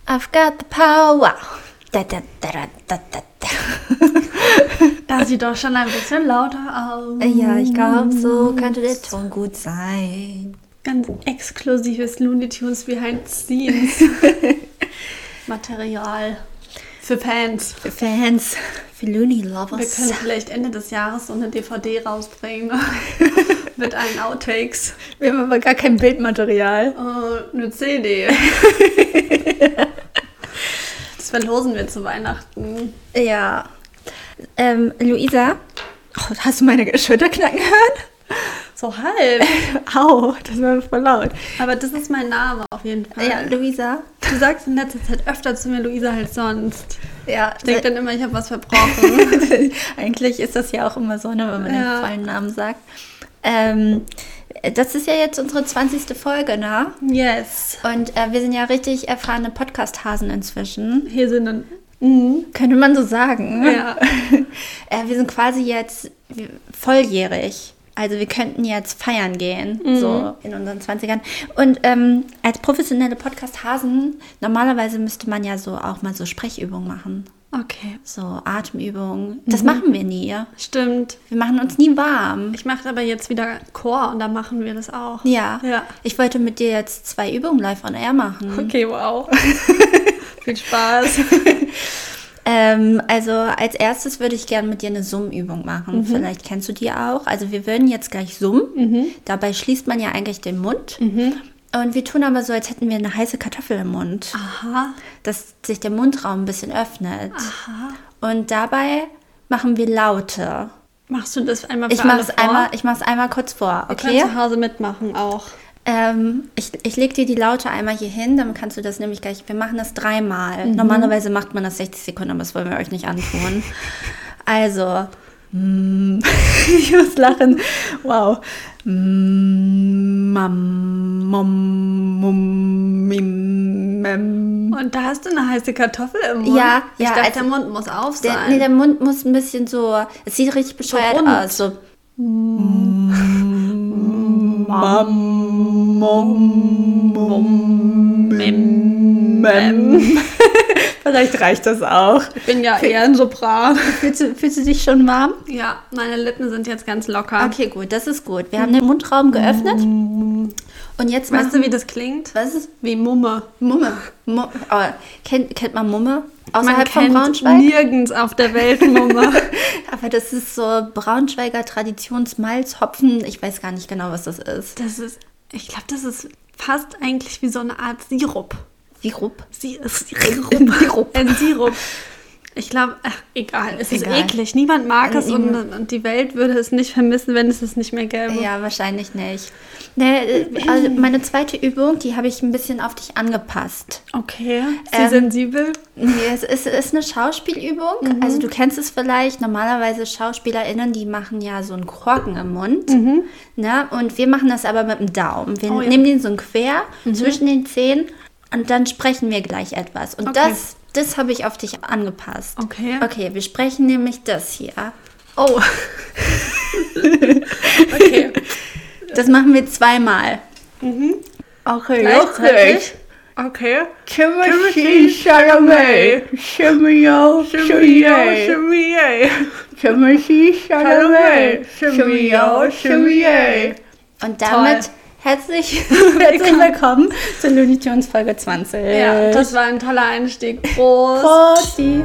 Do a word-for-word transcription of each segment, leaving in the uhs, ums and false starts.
I've got the power. Da, da, da, da, da, da. Das sieht doch schon ein bisschen lauter aus. Ja, ich glaube, so könnte der Ton gut sein. Ganz exklusives Looney Tunes Behind the Scenes Material für Fans. Für Fans, für Looney Lovers. Wir können vielleicht Ende des Jahres so eine D V D rausbringen mit allen Outtakes. Wir haben aber gar kein Bildmaterial. Uh, eine C D. Das verlosen wir zu Weihnachten. Ja. Ähm, Luisa, oh, hast du meine Schulter knacken hören? So halb. Au, das war voll laut. Aber das ist mein Name auf jeden Fall. Ja, Luisa. Du sagst in letzter Zeit öfter zu mir Luisa als sonst. Ja. Ich denke dann immer, ich habe was verbrochen. Eigentlich ist das ja auch immer so, ne, wenn man Ja. den vollen Namen sagt. Ähm, das ist ja jetzt unsere zwanzigste Folge, ne? Yes. Und äh, wir sind ja richtig erfahrene Podcast-Hasen inzwischen. Hier sind dann... Mhm. Könnte man so sagen. Ja. äh, wir sind quasi jetzt volljährig. Also wir könnten jetzt feiern gehen, Mhm. so in unseren zwanzigern. Und ähm, als professionelle Podcast-Hasen, normalerweise müsste man ja so auch mal so Sprechübungen machen. Okay. So Atemübungen. Das machen wir nie. Stimmt. Wir machen uns nie warm. Ich mache aber jetzt wieder Chor und da machen wir das auch. Ja. Ja. Ich wollte mit dir jetzt zwei Übungen live on air machen. Okay, wow. Viel Spaß. Ähm, also als erstes würde ich gerne mit dir eine Summübung machen. Mhm. Vielleicht kennst du die auch. Also wir würden jetzt gleich summen. Mhm. Dabei schließt man ja eigentlich den Mund. Mhm. Und wir tun aber so, als hätten wir eine heiße Kartoffel im Mund. Aha. Dass sich der Mundraum ein bisschen öffnet. Aha. Und dabei machen wir Laute. Machst du das einmal für Ich mache alle es vor? einmal, ich mach's einmal kurz vor, Wir okay? können zu Hause mitmachen auch. Ähm, ich ich lege dir die Laute einmal hier hin, dann kannst du das nämlich gleich, wir machen das dreimal. Mhm. Normalerweise macht man das sechzig Sekunden, aber das wollen wir euch nicht antun. Also, mm, ich muss lachen. Wow. Mm, mam, mom, mum, mim, mem. Und da hast du eine heiße Kartoffel im Mund. Ja, ich ja, dachte, also der Mund muss auf Der, sein. nee, der Mund muss ein bisschen so, es sieht richtig bescheuert rund. aus. So. Mam, mom, mum, mim, mem. Vielleicht reicht das auch. Ich bin ja eher ein Sopran. Fühlst du, fühlst du dich schon warm? Ja, meine Lippen sind jetzt ganz locker. Okay, gut, das ist gut. Wir haben den Mundraum geöffnet. Und jetzt Weißt machen du, wie das klingt? Was ist Wie Mumme. Mumme? Mu oh, kennt, kennt man Mumme? Man Außerhalb von kennt Braunschweig? nirgends auf der Welt Mumme. Aber das ist so Braunschweiger Traditionsmalzhopfen. Ich weiß gar nicht genau, was das ist. Das ist, ich glaube, das ist fast eigentlich wie so eine Art Sirup. Sirup? Sie ist Sirup. Ein Sirup. Ich glaube, egal, es ist Egal. eklig. Niemand mag es und, Niemand. und die Welt würde es nicht vermissen, wenn es es nicht mehr gäbe. Ja, wahrscheinlich nicht. Ne, also meine zweite Übung, die habe ich ein bisschen auf dich angepasst. Okay, sie Ähm, sensibel. Nee, es ist, es ist eine Schauspielübung. Mhm. Also du kennst es vielleicht. Normalerweise SchauspielerInnen, die machen ja so einen Korken im Mund. Mhm. Ne? Und wir machen das aber mit dem Daumen. Wir Oh ja. nehmen den so quer zwischen den Zähnen und dann sprechen wir gleich etwas. Und Okay. das, das habe ich auf dich angepasst. Okay. Okay, wir sprechen nämlich das hier. Oh. Okay. Das machen wir zweimal. Mhm. Okay, Gleichzeitig. Okay. Timothy Chalamet. Chimio, Chimie. Timothy Chalamet. Chimio, Chimie. Und damit Toll. herzlich, herzlich willkommen zur Looney Tunes Folge zwanzig. Ja, das war ein toller Einstieg. Prost. Prosti.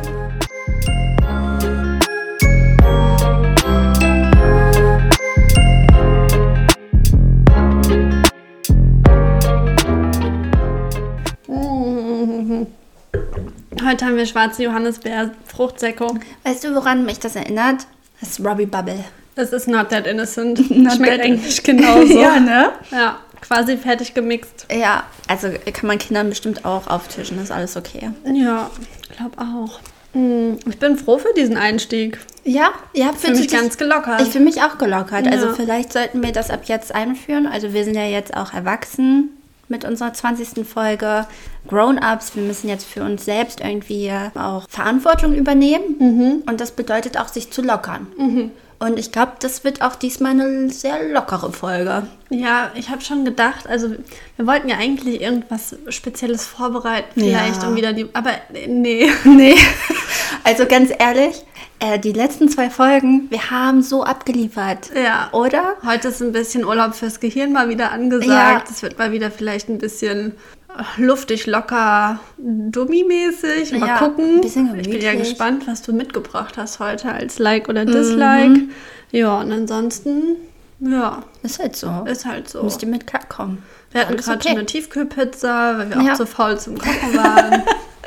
Mhm. Heute haben wir schwarze Johannisbeer Fruchtsäcko. Weißt du, woran mich das erinnert? Das ist Robbie Bubble. Das ist not that innocent. Not Schmeckt that- eigentlich genauso. Ja, ne? Ja, quasi fertig gemixt. Ja, also kann man Kindern bestimmt auch auftischen, ist alles okay. Ja, glaub auch. Hm, Ich bin froh für diesen Einstieg. Ja, ja, Ich fühle mich ganz gelockert. Ich fühle mich auch gelockert. Ja. Also vielleicht sollten wir das ab jetzt einführen. Also wir sind ja jetzt auch erwachsen mit unserer zwanzigsten Folge. Grown-ups, wir müssen jetzt für uns selbst irgendwie auch Verantwortung übernehmen. Und das bedeutet auch, sich zu lockern. Und ich glaube, das wird auch diesmal eine sehr lockere Folge. Ja, ich habe schon gedacht, also wir wollten ja eigentlich irgendwas Spezielles vorbereiten, vielleicht Ja. um wieder die, aber nee. Nee, also ganz ehrlich, äh, die letzten zwei Folgen, wir haben so abgeliefert. Ja. Oder? Heute ist ein bisschen Urlaub fürs Gehirn mal wieder angesagt. Ja. Es wird mal wieder vielleicht ein bisschen luftig, locker, dummi-mäßig. Mal Ja, gucken. ein bisschen Ich bin ja gemütlich. gespannt, was du mitgebracht hast heute als Like oder Dislike. Mhm. Ja, und ansonsten, ja, Ist halt so. ist halt so. Müsst ihr mit klarkommen. Wir hatten Alles gerade okay. schon eine Tiefkühlpizza, weil wir auch Ja. zu faul zum Kochen waren.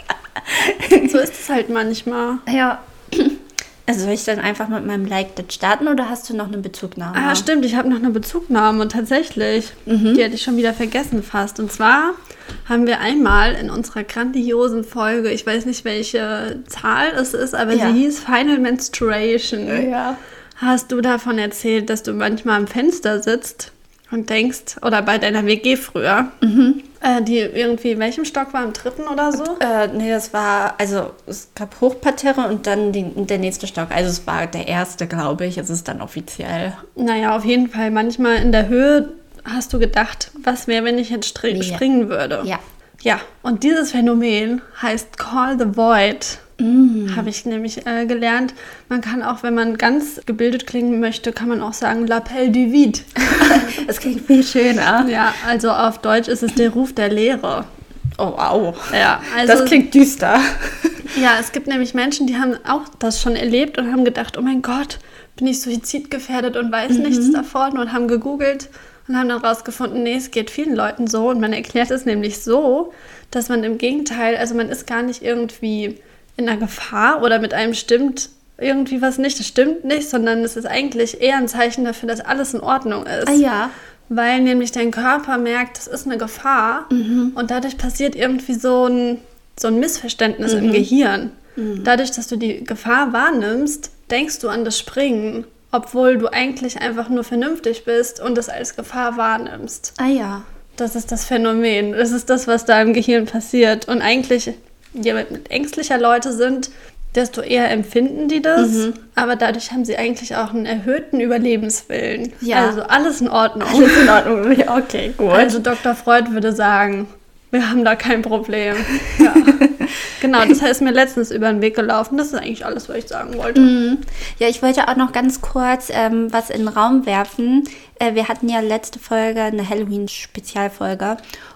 So ist es halt manchmal. Ja. Also soll ich dann einfach mit meinem Like das starten oder hast du noch eine Bezugnahme? Ah, stimmt, ich habe noch eine Bezugnahme tatsächlich. Die hätte ich schon wieder vergessen fast. Und zwar haben wir einmal in unserer grandiosen Folge, ich weiß nicht, welche Zahl es ist, aber Ja. sie hieß Final Menstruation. Ja. Hast du davon erzählt, dass du manchmal am Fenster sitzt und denkst, oder bei deiner W G früher, äh, die irgendwie in welchem Stock war, im dritten oder so? Äh, nee, das war, also es gab Hochparterre und dann die, der nächste Stock. Also es war der erste, glaube ich. Es ist dann offiziell. Naja, auf jeden Fall. Manchmal in der Höhe hast du gedacht, was wäre, wenn ich jetzt stri- Ja. springen würde. Ja. Ja, und dieses Phänomen heißt Call the Void. Mm. Habe ich nämlich äh, gelernt. Man kann auch, wenn man ganz gebildet klingen möchte, kann man auch sagen L'appel du vide. Das klingt viel schöner. Ja, also auf Deutsch ist es der Ruf der Leere. Oh, wow. Ja, also Das klingt düster. ja, es gibt nämlich Menschen, die haben auch das schon erlebt und haben gedacht, oh mein Gott, bin ich suizidgefährdet und weiß nichts davon und haben gegoogelt und haben dann rausgefunden, nee, es geht vielen Leuten so und man erklärt es nämlich so, dass man im Gegenteil, also man ist gar nicht irgendwie in einer Gefahr oder mit einem stimmt irgendwie was nicht, das stimmt nicht, sondern es ist eigentlich eher ein Zeichen dafür, dass alles in Ordnung ist. Ah ja. Weil nämlich dein Körper merkt, das ist eine Gefahr und dadurch passiert irgendwie so ein, so ein Missverständnis im Gehirn. Dadurch, dass du die Gefahr wahrnimmst, denkst du an das Springen, obwohl du eigentlich einfach nur vernünftig bist und es als Gefahr wahrnimmst. Ah ja. Das ist das Phänomen. Das ist das, was da im Gehirn passiert. Und eigentlich, je mit ängstlicher Leute sind, desto eher empfinden die das. Aber dadurch haben sie eigentlich auch einen erhöhten Überlebenswillen. Ja. Also alles in Ordnung. Alles in Ordnung. Okay, gut. Also Doktor Freud würde sagen, wir haben da kein Problem. Ja. Genau, das heißt mir letztens über den Weg gelaufen. Das ist eigentlich alles, was ich sagen wollte. Ja, ich wollte auch noch ganz kurz ähm, was in den Raum werfen. Äh, wir hatten ja letzte Folge eine Halloween-Spezialfolge.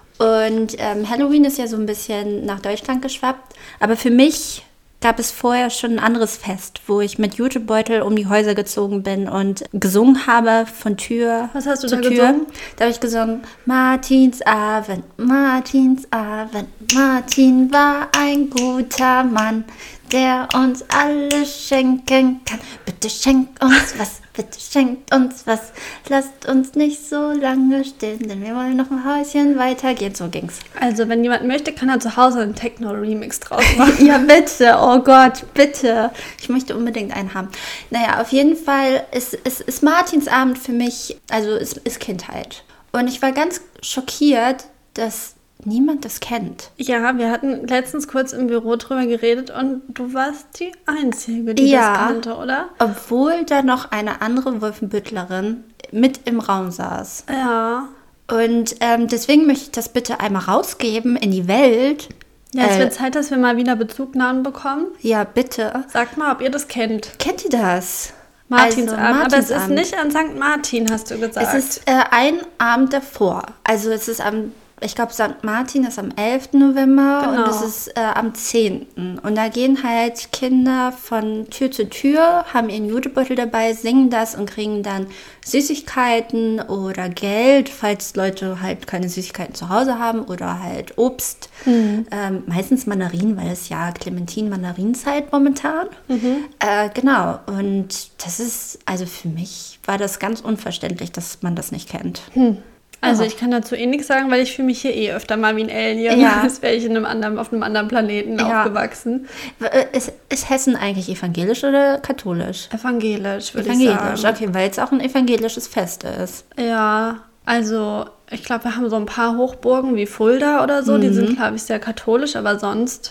Und ähm, Halloween ist ja so ein bisschen nach Deutschland geschwappt. Aber für mich gab es vorher schon ein anderes Fest, wo ich mit Jutebeutel um die Häuser gezogen bin und gesungen habe von Tür Was hast du zu da Tür. gesungen? Da habe ich gesungen, Martinsabend, Martinsabend, Martin war ein guter Mann, der uns alles schenken kann. Bitte schenkt uns was, bitte schenkt uns was. Lasst uns nicht so lange stehen, denn wir wollen noch ein Häuschen weitergehen. So ging's. Also, wenn jemand möchte, kann er zu Hause einen Techno-Remix draus machen. Ja, bitte. Oh Gott, bitte. Ich möchte unbedingt einen haben. Naja, auf jeden Fall ist, ist, ist Martinsabend für mich, also ist, ist Kindheit. Und ich war ganz schockiert, dass niemand das kennt. Ja, wir hatten letztens kurz im Büro drüber geredet und du warst die Einzige, die Ja. das kannte, oder? Obwohl da noch eine andere Wolfenbüttlerin mit im Raum saß. Ja. Und ähm, deswegen möchte ich das bitte einmal rausgeben in die Welt. Ja, es Äh, wird Zeit, dass wir mal wieder Bezugnahmen bekommen. Ja, bitte. Sagt mal, ob ihr das kennt. Kennt ihr das? Martinsabend. Also, Aber es ist Martinsabend. nicht an Sankt Martin, hast du gesagt. Es ist äh, ein Abend davor. Also es ist am, ich glaube, Sankt Martin ist am elften November Genau. und es ist äh, am zehnten Und da gehen halt Kinder von Tür zu Tür, haben ihren Jutebeutel dabei, singen das und kriegen dann Süßigkeiten oder Geld, falls Leute halt keine Süßigkeiten zu Hause haben oder halt Obst. Mhm. Ähm, meistens Mandarinen, weil es ja Clementin-Mandarinzeit momentan. Mhm. Äh, genau. Und das ist, also für mich war das ganz unverständlich, dass man das nicht kennt. Also Ja. ich kann dazu eh nichts sagen, weil ich fühle mich hier eh öfter mal wie ein Alien. Ja. Als wäre ich in einem anderen, auf einem anderen Planeten Ja. aufgewachsen. Äh, Ist, ist Hessen eigentlich evangelisch oder katholisch? Evangelisch, würde ich Evangelisch, sagen. okay, weil es auch ein evangelisches Fest ist. Ja, also ich glaube, wir haben so ein paar Hochburgen wie Fulda oder so, die Mhm. sind, glaube ich, sehr katholisch, aber sonst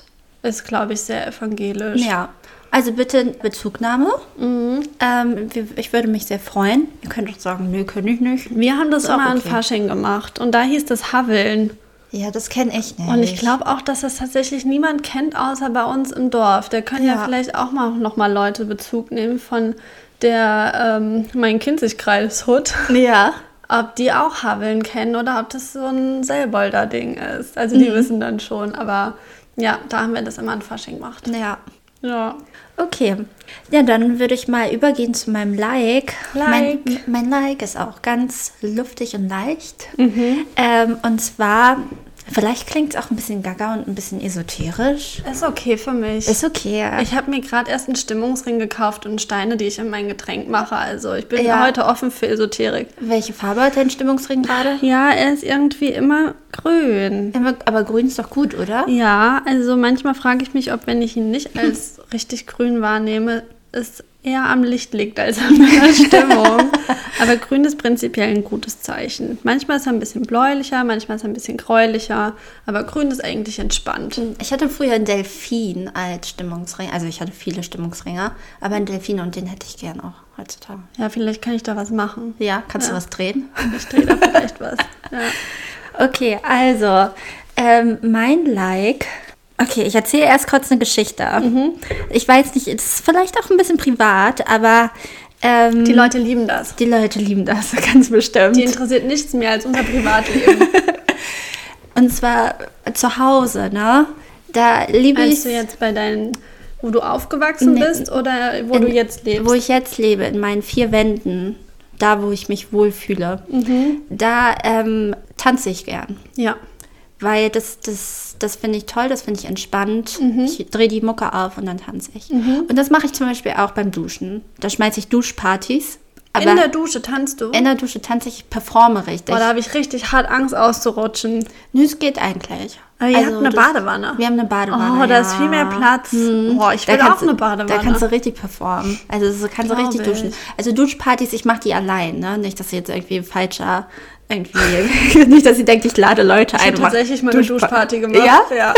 ist, glaube ich, sehr evangelisch. Ja, also bitte Bezugnahme. Mhm. Ähm, ich würde mich sehr freuen. Ihr könnt auch sagen, nee, kann ich nicht. Wir haben das Ist auch immer an okay. Fasching gemacht und da hieß das Haveln. Ja, das kenne ich nicht. Und ich glaube auch, dass das tatsächlich niemand kennt, außer bei uns im Dorf. Da können ja, Ja. vielleicht auch mal noch mal Leute Bezug nehmen von der ähm, Main-Kinzig-Kreis-Hut. Ja. Ob die auch Haveln kennen oder ob das so ein Selbolder-Ding ist. Also die Mhm. wissen dann schon, aber ja, da haben wir das immer an Fasching gemacht. Ja. Ja. Okay. Ja, dann würde ich mal übergehen zu meinem Like. Like. Mein, mein Like ist auch ganz luftig und leicht. Ähm, und zwar, vielleicht klingt es auch ein bisschen gaga und ein bisschen esoterisch. Ist okay für mich. Ist okay. Ich habe mir gerade erst einen Stimmungsring gekauft und Steine, die ich in mein Getränk mache. Also ich bin Ja. heute offen für Esoterik. Welche Farbe hat dein Stimmungsring gerade? Ja, er ist irgendwie immer grün. Immer- Aber grün ist doch gut, oder? Ja, also manchmal frage ich mich, ob wenn ich ihn nicht als richtig grün wahrnehme, es eher am Licht liegt als an meiner Stimmung. Aber grün ist prinzipiell ein gutes Zeichen. Manchmal ist er ein bisschen bläulicher, manchmal ist er ein bisschen gräulicher, aber grün ist eigentlich entspannt. Ich hatte früher einen Delfin als Stimmungsring. Also ich hatte viele Stimmungsringe, aber einen Delfin und den hätte ich gern auch heutzutage. Ja, vielleicht kann ich da was machen. Ja, kannst Ja. du was drehen? Ich drehe da vielleicht was. Ja. Okay, also ähm, mein Like. Okay, ich erzähle erst kurz eine Geschichte. Ich weiß nicht, es ist vielleicht auch ein bisschen privat, aber ähm, Die Leute lieben das. die Leute lieben das ganz bestimmt. Die interessiert nichts mehr als unser Privatleben. Und zwar zu Hause, ne? Da liebe ich Meinst du jetzt bei deinen, wo du aufgewachsen Nee. bist oder wo In- du jetzt lebst? Wo ich jetzt lebe, in meinen vier Wänden, da wo ich mich wohlfühle, da ähm, tanze ich gern. Ja. Weil das, das, das finde ich toll, das finde ich entspannt. Ich drehe die Mucke auf und dann tanze ich. Und das mache ich zum Beispiel auch beim Duschen. Da schmeiße ich Duschpartys. Aber In der Dusche tanzt du? in der Dusche tanze ich, performe richtig. Boah, da habe ich richtig hart Angst auszurutschen. Nö, es geht eigentlich. Aber ihr habt eine das- Badewanne. Wir haben eine Badewanne, Oh, da ist ja. viel mehr Platz. Boah, ich will Da auch kannst du- eine Badewanne. Da kannst du richtig performen. Also so kannst du Glaub richtig duschen. ich. Also Duschpartys, ich mache die allein, ne? Nicht, dass sie jetzt irgendwie falscher, irgendwie, nicht, dass sie denkt, ich lade Leute Ich ein. habe und mach tatsächlich mal eine Duschpa- Duschparty gemacht. Ja? Ja.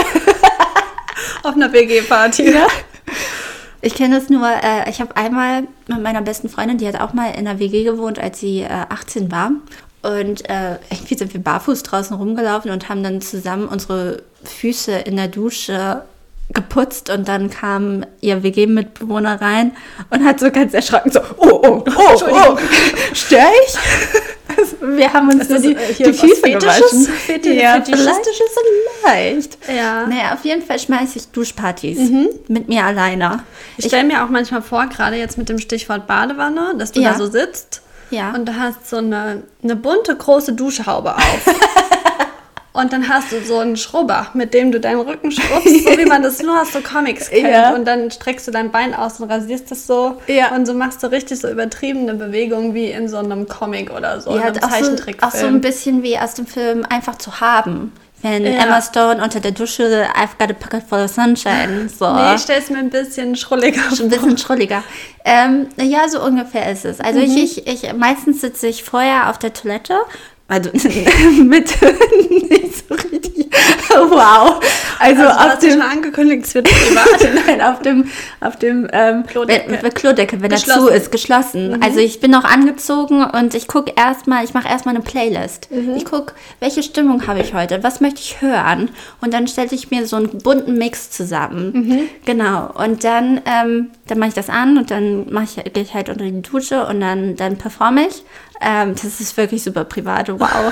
Auf einer W G-Party. Ja. Ich kenne das nur, äh, ich habe einmal mit meiner besten Freundin, die hat auch mal in einer W G gewohnt, als sie äh, achtzehn war. Und äh, irgendwie sind wir barfuß draußen rumgelaufen und haben dann zusammen unsere Füße in der Dusche geputzt und dann kam ihr W G-Mitbewohner rein und hat so ganz erschrocken so, oh, oh, oh, Entschuldigung. oh, stör ich? Also, wir haben uns so das, die, äh, hier die was Füße Fetisches? gewaschen. Feti- ja, Fetischistisches? vielleicht. Ja. Naja, auf jeden Fall schmeiße ich Duschpartys mit mir alleine. Ich stelle mir auch manchmal vor, gerade jetzt mit dem Stichwort Badewanne, dass du Ja. da so sitzt Ja. und du hast so eine, eine bunte, große Duschhaube auf. Und dann hast du so einen Schrubber, mit dem du deinen Rücken schrubbst, so wie man das nur aus so Comics kennt. Ja. Und dann streckst du dein Bein aus und rasierst es so. Ja. Und so machst du richtig so übertriebene Bewegungen wie in so einem Comic oder so, in Ja, einem auch so, Zeichentrickfilm. auch so ein bisschen wie aus dem Film Einfach zu haben. Wenn Ja. Emma Stone unter der Dusche I've got a pocket full of sunshine. So. Nee, ich stell's mir ein bisschen schrulliger Schon ein bisschen schrulliger. Ähm, ja, so ungefähr ist es. Also ich, ich, ich, meistens sitze ich vorher auf der Toilette. Also mit nicht so richtig. Wow. Also, Also, du auf hast ja dem schon angekündigt, es wird privat. Nein, auf dem, auf dem ähm, Klodeckel. Wenn, Klodeckel, wenn er Geschlossen. zu ist, geschlossen. Also ich bin noch angezogen und ich gucke erstmal, ich mache erstmal eine Playlist. Ich gucke, welche Stimmung habe ich heute, was möchte ich hören? Und dann stelle ich mir so einen bunten Mix zusammen. Genau. Und dann, ähm, dann mache ich das an und dann mache ich, gehe ich halt unter die Dusche und dann, dann performe ich. Ähm, das ist wirklich super privat. Wow.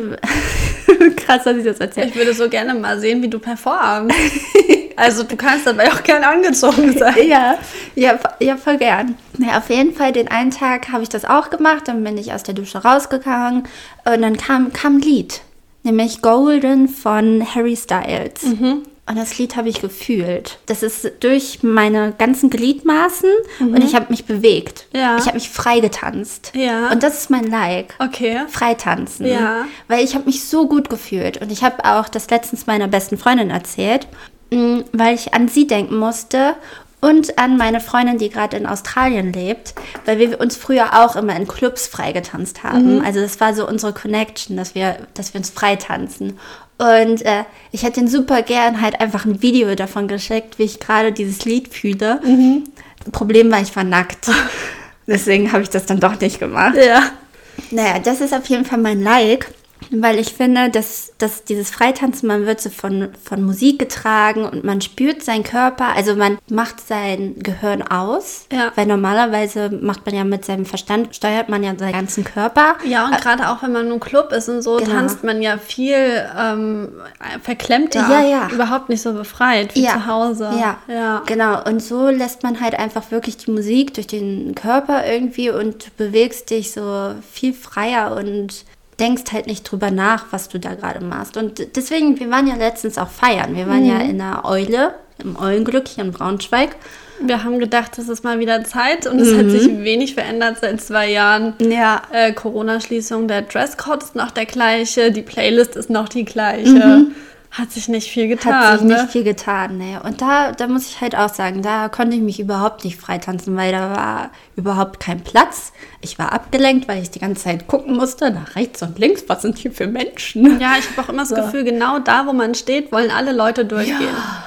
Krass, dass ich das erzähle. Ich würde so gerne mal sehen, wie du performst. Also du kannst dabei auch gerne angezogen sein. Ja, ja, ja, voll gern. Ja, auf jeden Fall, den einen Tag habe ich das auch gemacht, dann bin ich aus der Dusche rausgegangen und dann kam, kam ein Lied, nämlich Golden von Harry Styles. Und das Lied habe ich gefühlt. Das ist durch meine ganzen Gliedmaßen und ich habe mich bewegt. Ja. Ich habe mich frei getanzt. Ja. Und das ist mein Like. Okay. Freitanzen. Ja. Weil ich habe mich so gut gefühlt. Und ich habe auch das letztens meiner besten Freundin erzählt, mh, weil ich an sie denken musste und an meine Freundin, die gerade in Australien lebt, weil wir uns früher auch immer in Clubs freigetanzt haben. Also das war so unsere Connection, dass wir, dass wir uns freitanzen. Und äh, ich hätte ihn super gern halt einfach ein Video davon geschickt, wie ich gerade dieses Lied fühle. Mhm. Problem war, ich war nackt. Deswegen habe ich das dann doch nicht gemacht. Ja. Naja, das ist auf jeden Fall mein Like, weil ich finde, dass, dass dieses Freitanzen, man wird so von, von Musik getragen und man spürt seinen Körper, also man macht sein Gehirn aus, ja. weil normalerweise macht man ja mit seinem Verstand, steuert man ja seinen ganzen Körper. Ja, und äh, gerade auch wenn man im Club ist und so, genau. tanzt man ja viel ähm, verklemmter, ja, ja. überhaupt nicht so befreit wie ja. zu Hause. Ja. ja, genau. Und so lässt man halt einfach wirklich die Musik durch den Körper irgendwie und du bewegst dich so viel freier und denkst halt nicht drüber nach, was du da gerade machst. Und deswegen, wir waren ja letztens auch feiern. Wir waren mhm. ja in der Eule, im Eulenglück hier in Braunschweig. Wir haben gedacht, das ist mal wieder Zeit und es mhm. hat sich wenig verändert seit zwei Jahren. Ja. Äh, Corona-Schließung, der Dresscode ist noch der gleiche, die Playlist ist noch die gleiche. Mhm. Hat sich nicht viel getan. Hat sich ne? nicht viel getan, ne. Und da, da muss ich halt auch sagen, da konnte ich mich überhaupt nicht freitanzen, weil da war überhaupt kein Platz. Ich war abgelenkt, weil ich die ganze Zeit gucken musste, nach rechts und links, was sind hier für Menschen? Ja, ich habe auch immer das so. Gefühl, genau da, wo man steht, wollen alle Leute durchgehen.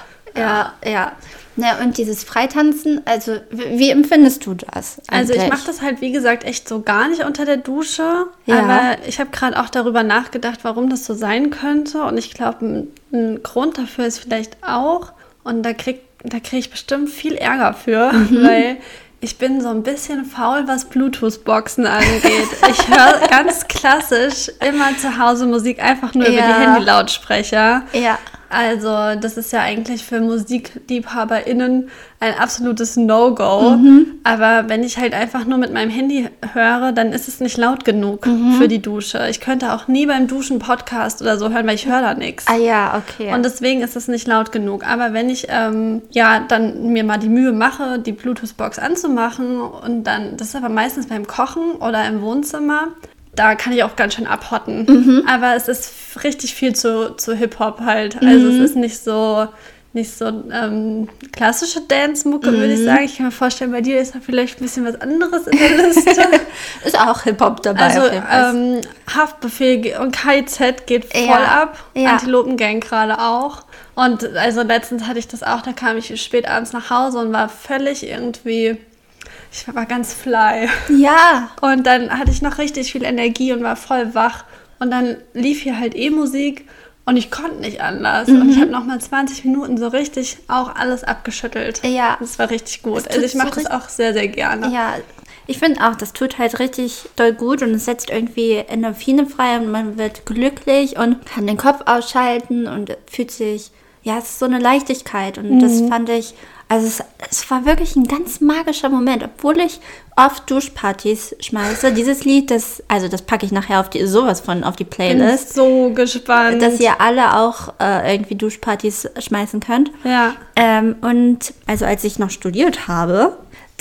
Ja, ja. ja. Ja, und dieses Freitanzen, also wie, wie empfindest du das eigentlich? Also ich mache das halt, wie gesagt, echt so gar nicht unter der Dusche. Ja. Aber ich habe gerade auch darüber nachgedacht, warum das so sein könnte. Und ich glaube, ein, ein Grund dafür ist vielleicht auch, und da kriege da krieg ich bestimmt viel Ärger für, mhm. weil ich bin so ein bisschen faul, was Bluetooth-Boxen angeht. Ich höre ganz klassisch immer zu Hause Musik einfach nur ja. über die Handy-Lautsprecher. Ja. Also das ist ja eigentlich für MusikliebhaberInnen ein absolutes No-Go. Mhm. Aber wenn ich halt einfach nur mit meinem Handy höre, dann ist es nicht laut genug mhm. für die Dusche. Ich könnte auch nie beim Duschen Podcast oder so hören, weil ich höre da nichts. Ah ja, okay. Und deswegen ist es nicht laut genug. Aber wenn ich ähm, ja dann mir mal die Mühe mache, die Bluetooth-Box anzumachen und dann, das ist aber meistens beim Kochen oder im Wohnzimmer, da kann ich auch ganz schön abhotten. Mhm. Aber es ist richtig viel zu, zu Hip-Hop halt. Also mhm. es ist nicht so, nicht so ähm, klassische Dance-Mucke, mhm. würde ich sagen. Ich kann mir vorstellen, bei dir ist da vielleicht ein bisschen was anderes in der Liste. Ist auch Hip-Hop dabei. Also ähm, Haftbefehl und K I Z geht voll ja. ab. Ja. Antilopengang gerade auch. Und also letztens hatte ich das auch, da kam ich spät abends nach Hause und war völlig irgendwie... Ich war ganz fly. Ja. Und dann hatte ich noch richtig viel Energie und war voll wach. Und dann lief hier halt E-Musik und ich konnte nicht anders. Mhm. Und ich habe noch mal zwanzig Minuten so richtig auch alles abgeschüttelt. Ja. Das war richtig gut. Also ich mache so das auch sehr, sehr gerne. Ja, ich finde auch, das tut halt richtig doll gut und es setzt irgendwie Endorphine frei und man wird glücklich und kann den Kopf ausschalten und fühlt sich, ja, es ist so eine Leichtigkeit und mhm. das fand ich... Also es, es war wirklich ein ganz magischer Moment, obwohl ich oft Duschpartys schmeiße. Dieses Lied, das, also das packe ich nachher auf die, sowas von auf die Playlist. Bin so gespannt. Dass ihr alle auch äh, irgendwie Duschpartys schmeißen könnt. Ja. Ähm, und also als ich noch studiert habe,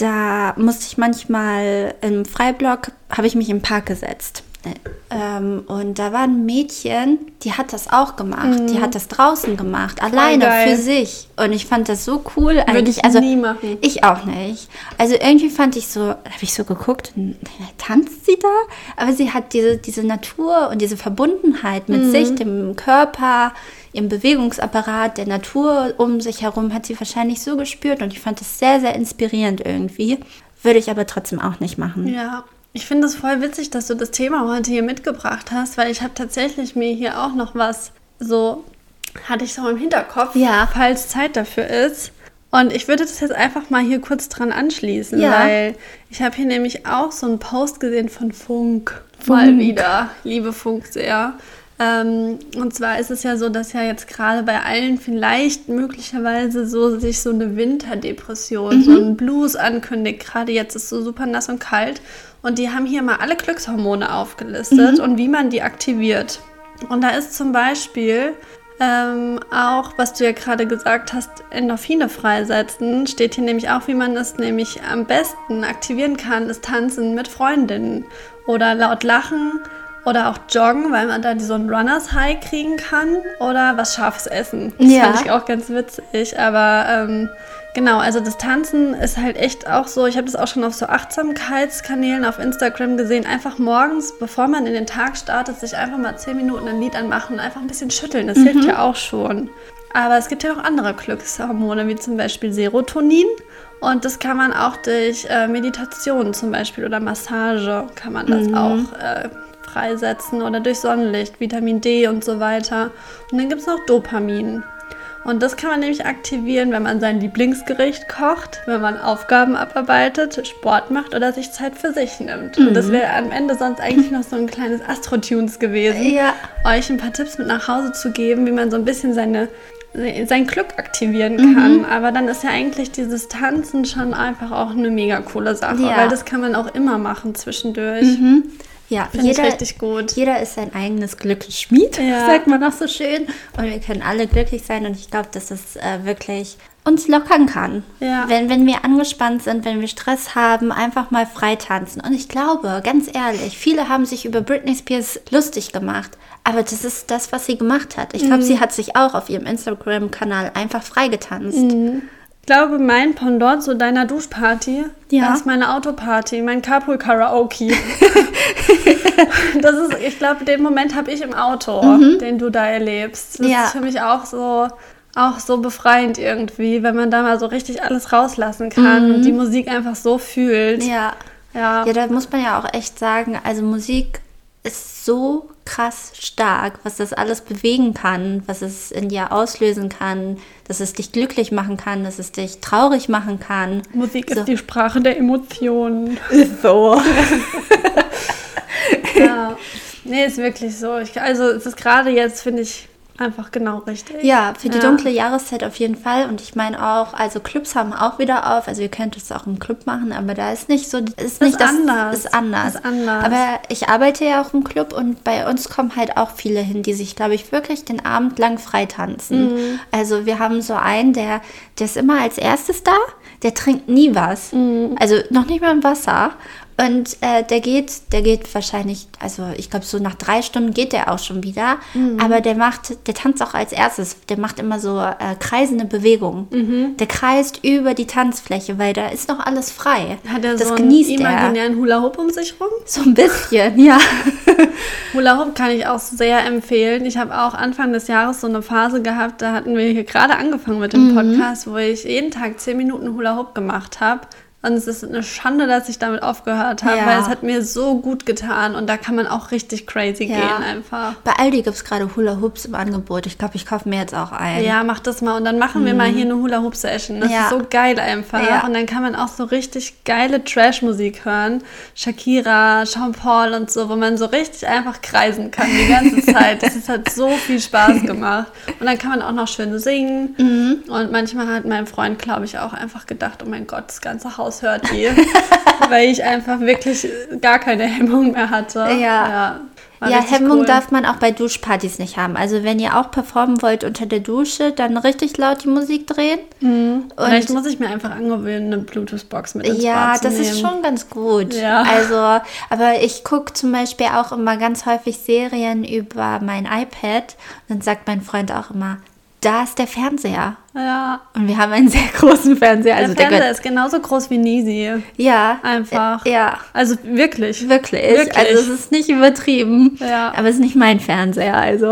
da musste ich manchmal im Freiblock, habe ich mich im Park gesetzt. Ähm, und da war ein Mädchen, die hat das auch gemacht. Mhm. Die hat das draußen gemacht, alleine für sich. Und ich fand das so cool. Würde eigentlich. ich also, nie machen. Ich auch nicht. Also irgendwie fand ich so, habe ich so geguckt, tanzt sie da? Aber sie hat diese, diese Natur und diese Verbundenheit mit mhm. sich, dem Körper, ihrem Bewegungsapparat, der Natur um sich herum, hat sie wahrscheinlich so gespürt. Und ich fand das sehr, sehr inspirierend irgendwie. Würde ich aber trotzdem auch nicht machen. Ja. Ich finde es voll witzig, dass du das Thema heute hier mitgebracht hast, weil ich habe tatsächlich mir hier auch noch was so, hatte ich so im Hinterkopf, ja. falls Zeit dafür ist. Und ich würde das jetzt einfach mal hier kurz dran anschließen, ja. weil ich habe hier nämlich auch so einen Post gesehen von Funk, Funk. Mal wieder, liebe Funk sehr. Ähm, und zwar ist es ja so, dass ja jetzt gerade bei allen vielleicht möglicherweise so sich so eine Winterdepression, mhm. so ein Blues ankündigt. Gerade jetzt ist es so super nass und kalt. Und die haben hier mal alle Glückshormone aufgelistet mhm. und wie man die aktiviert. Und da ist zum Beispiel ähm, auch, was du ja gerade gesagt hast, Endorphine freisetzen, steht hier nämlich auch, wie man es nämlich am besten aktivieren kann, ist Tanzen mit Freundinnen oder laut lachen Oder auch joggen, weil man da so einen Runners High kriegen kann. Oder was Scharfes essen. Das Ja. fand ich auch ganz witzig. Aber ähm, genau, also das Tanzen ist halt echt auch so, ich habe das auch schon auf so Achtsamkeitskanälen auf Instagram gesehen, einfach morgens, bevor man in den Tag startet, sich einfach mal zehn Minuten ein Lied anmachen und einfach ein bisschen schütteln. Das mhm. hilft ja auch schon. Aber es gibt ja noch andere Glückshormone, wie zum Beispiel Serotonin. Und das kann man auch durch äh, Meditation zum Beispiel oder Massage kann man das mhm. auch äh, freisetzen oder durch Sonnenlicht, Vitamin D und so weiter. Und dann gibt es noch Dopamin. Und das kann man nämlich aktivieren, wenn man sein Lieblingsgericht kocht, wenn man Aufgaben abarbeitet, Sport macht oder sich Zeit für sich nimmt. Mhm. Und das wäre am Ende sonst eigentlich noch so ein kleines Astro-Tunes gewesen, ja. euch ein paar Tipps mit nach Hause zu geben, wie man so ein bisschen seine, sein Glück aktivieren kann. Mhm. Aber dann ist ja eigentlich dieses Tanzen schon einfach auch eine mega coole Sache, ja. weil das kann man auch immer machen zwischendurch. Mhm. Ja, Finde jeder, ich richtig gut. Jeder ist sein eigenes Glücksschmied, ja. sagt man auch so schön. Und wir können alle glücklich sein und ich glaube, dass es äh, wirklich uns lockern kann. Ja. Wenn, wenn wir angespannt sind, wenn wir Stress haben, einfach mal frei tanzen. Und ich glaube, ganz ehrlich, viele haben sich über Britney Spears lustig gemacht. Aber das ist das, was sie gemacht hat. Ich glaube, mhm. sie hat sich auch auf ihrem Instagram-Kanal einfach frei getanzt. Mhm. Ich glaube, mein Pendant zu deiner Duschparty ja. ist meine Autoparty, mein Carpool-Karaoke. Das ist, ich glaube, den Moment habe ich im Auto, mhm. den du da erlebst. Das ja. ist für mich auch so, auch so befreiend irgendwie, wenn man da mal so richtig alles rauslassen kann mhm. und die Musik einfach so fühlt. Ja. Ja. ja, da muss man ja auch echt sagen, also Musik ist so krass stark, was das alles bewegen kann, was es in dir auslösen kann, dass es dich glücklich machen kann, dass es dich traurig machen kann. Musik so. ist die Sprache der Emotionen. So. Ja, nee, ist wirklich so. Ich, also es ist gerade jetzt, finde ich, einfach genau richtig. Ja, für die ja. dunkle Jahreszeit auf jeden Fall. Und ich meine auch, also Clubs haben auch wieder auf. Also ihr könnt es auch im Club machen, aber da ist nicht so, ist nicht ist das, anders. Ist anders. Ist anders. Aber ich arbeite ja auch im Club und bei uns kommen halt auch viele hin, die sich, glaube ich, wirklich den Abend lang freitanzen. Mhm. Also wir haben so einen, der, der ist immer als erstes da, der trinkt nie was. Mhm. Also noch nicht mal ein Wasser. Und äh, der geht, der geht wahrscheinlich, also ich glaube so nach drei Stunden geht der auch schon wieder. Mhm. Aber der macht, der tanzt auch als erstes. Der macht immer so äh, kreisende Bewegungen. Mhm. Der kreist über die Tanzfläche, weil da ist noch alles frei. Hat er das so genießt einen imaginären Hula-Hoop um sich rum? So ein bisschen, ja. Hula-Hoop kann ich auch sehr empfehlen. Ich habe auch Anfang des Jahres so eine Phase gehabt, da hatten wir hier gerade angefangen mit dem mhm. Podcast, wo ich jeden Tag zehn Minuten Hula-Hoop gemacht habe. Und es ist eine Schande, dass ich damit aufgehört habe, ja. weil es hat mir so gut getan und da kann man auch richtig crazy ja. gehen einfach. Bei Aldi gibt es gerade Hula-Hoops im Angebot. Ich glaube, ich kaufe mir jetzt auch einen. Ja, mach das mal und dann machen wir mhm. mal hier eine Hula-Hoop-Session. Das ja. ist so geil einfach. Ja. Und dann kann man auch so richtig geile Trash-Musik hören. Shakira, Sean Paul und so, wo man so richtig einfach kreisen kann die ganze Zeit. Das ist, hat so viel Spaß gemacht. Und dann kann man auch noch schön singen. Mhm. Und manchmal hat mein Freund, glaube ich, auch einfach gedacht, oh mein Gott, das ganze Haus hört die, weil ich einfach wirklich gar keine Hemmung mehr hatte. Ja, ja, ja Hemmung cool. darf man auch bei Duschpartys nicht haben. Also wenn ihr auch performen wollt unter der Dusche, dann richtig laut die Musik drehen. Mhm. Und vielleicht muss ich mir einfach angewöhnen, eine Bluetooth-Box mit ins Ja, Bad zu das nehmen. ist schon ganz gut. Ja. Also, aber ich gucke zum Beispiel auch immer ganz häufig Serien über mein iPad. Und dann sagt mein Freund auch immer, da ist der Fernseher. Ja. Und wir haben einen sehr großen Fernseher. Der also Fernseher der ist genauso groß wie Nisi. Ja. Einfach. Äh, ja. Also wirklich. Wirklich. Wirklich. Also es ist nicht übertrieben. Ja. Aber es ist nicht mein Fernseher. Also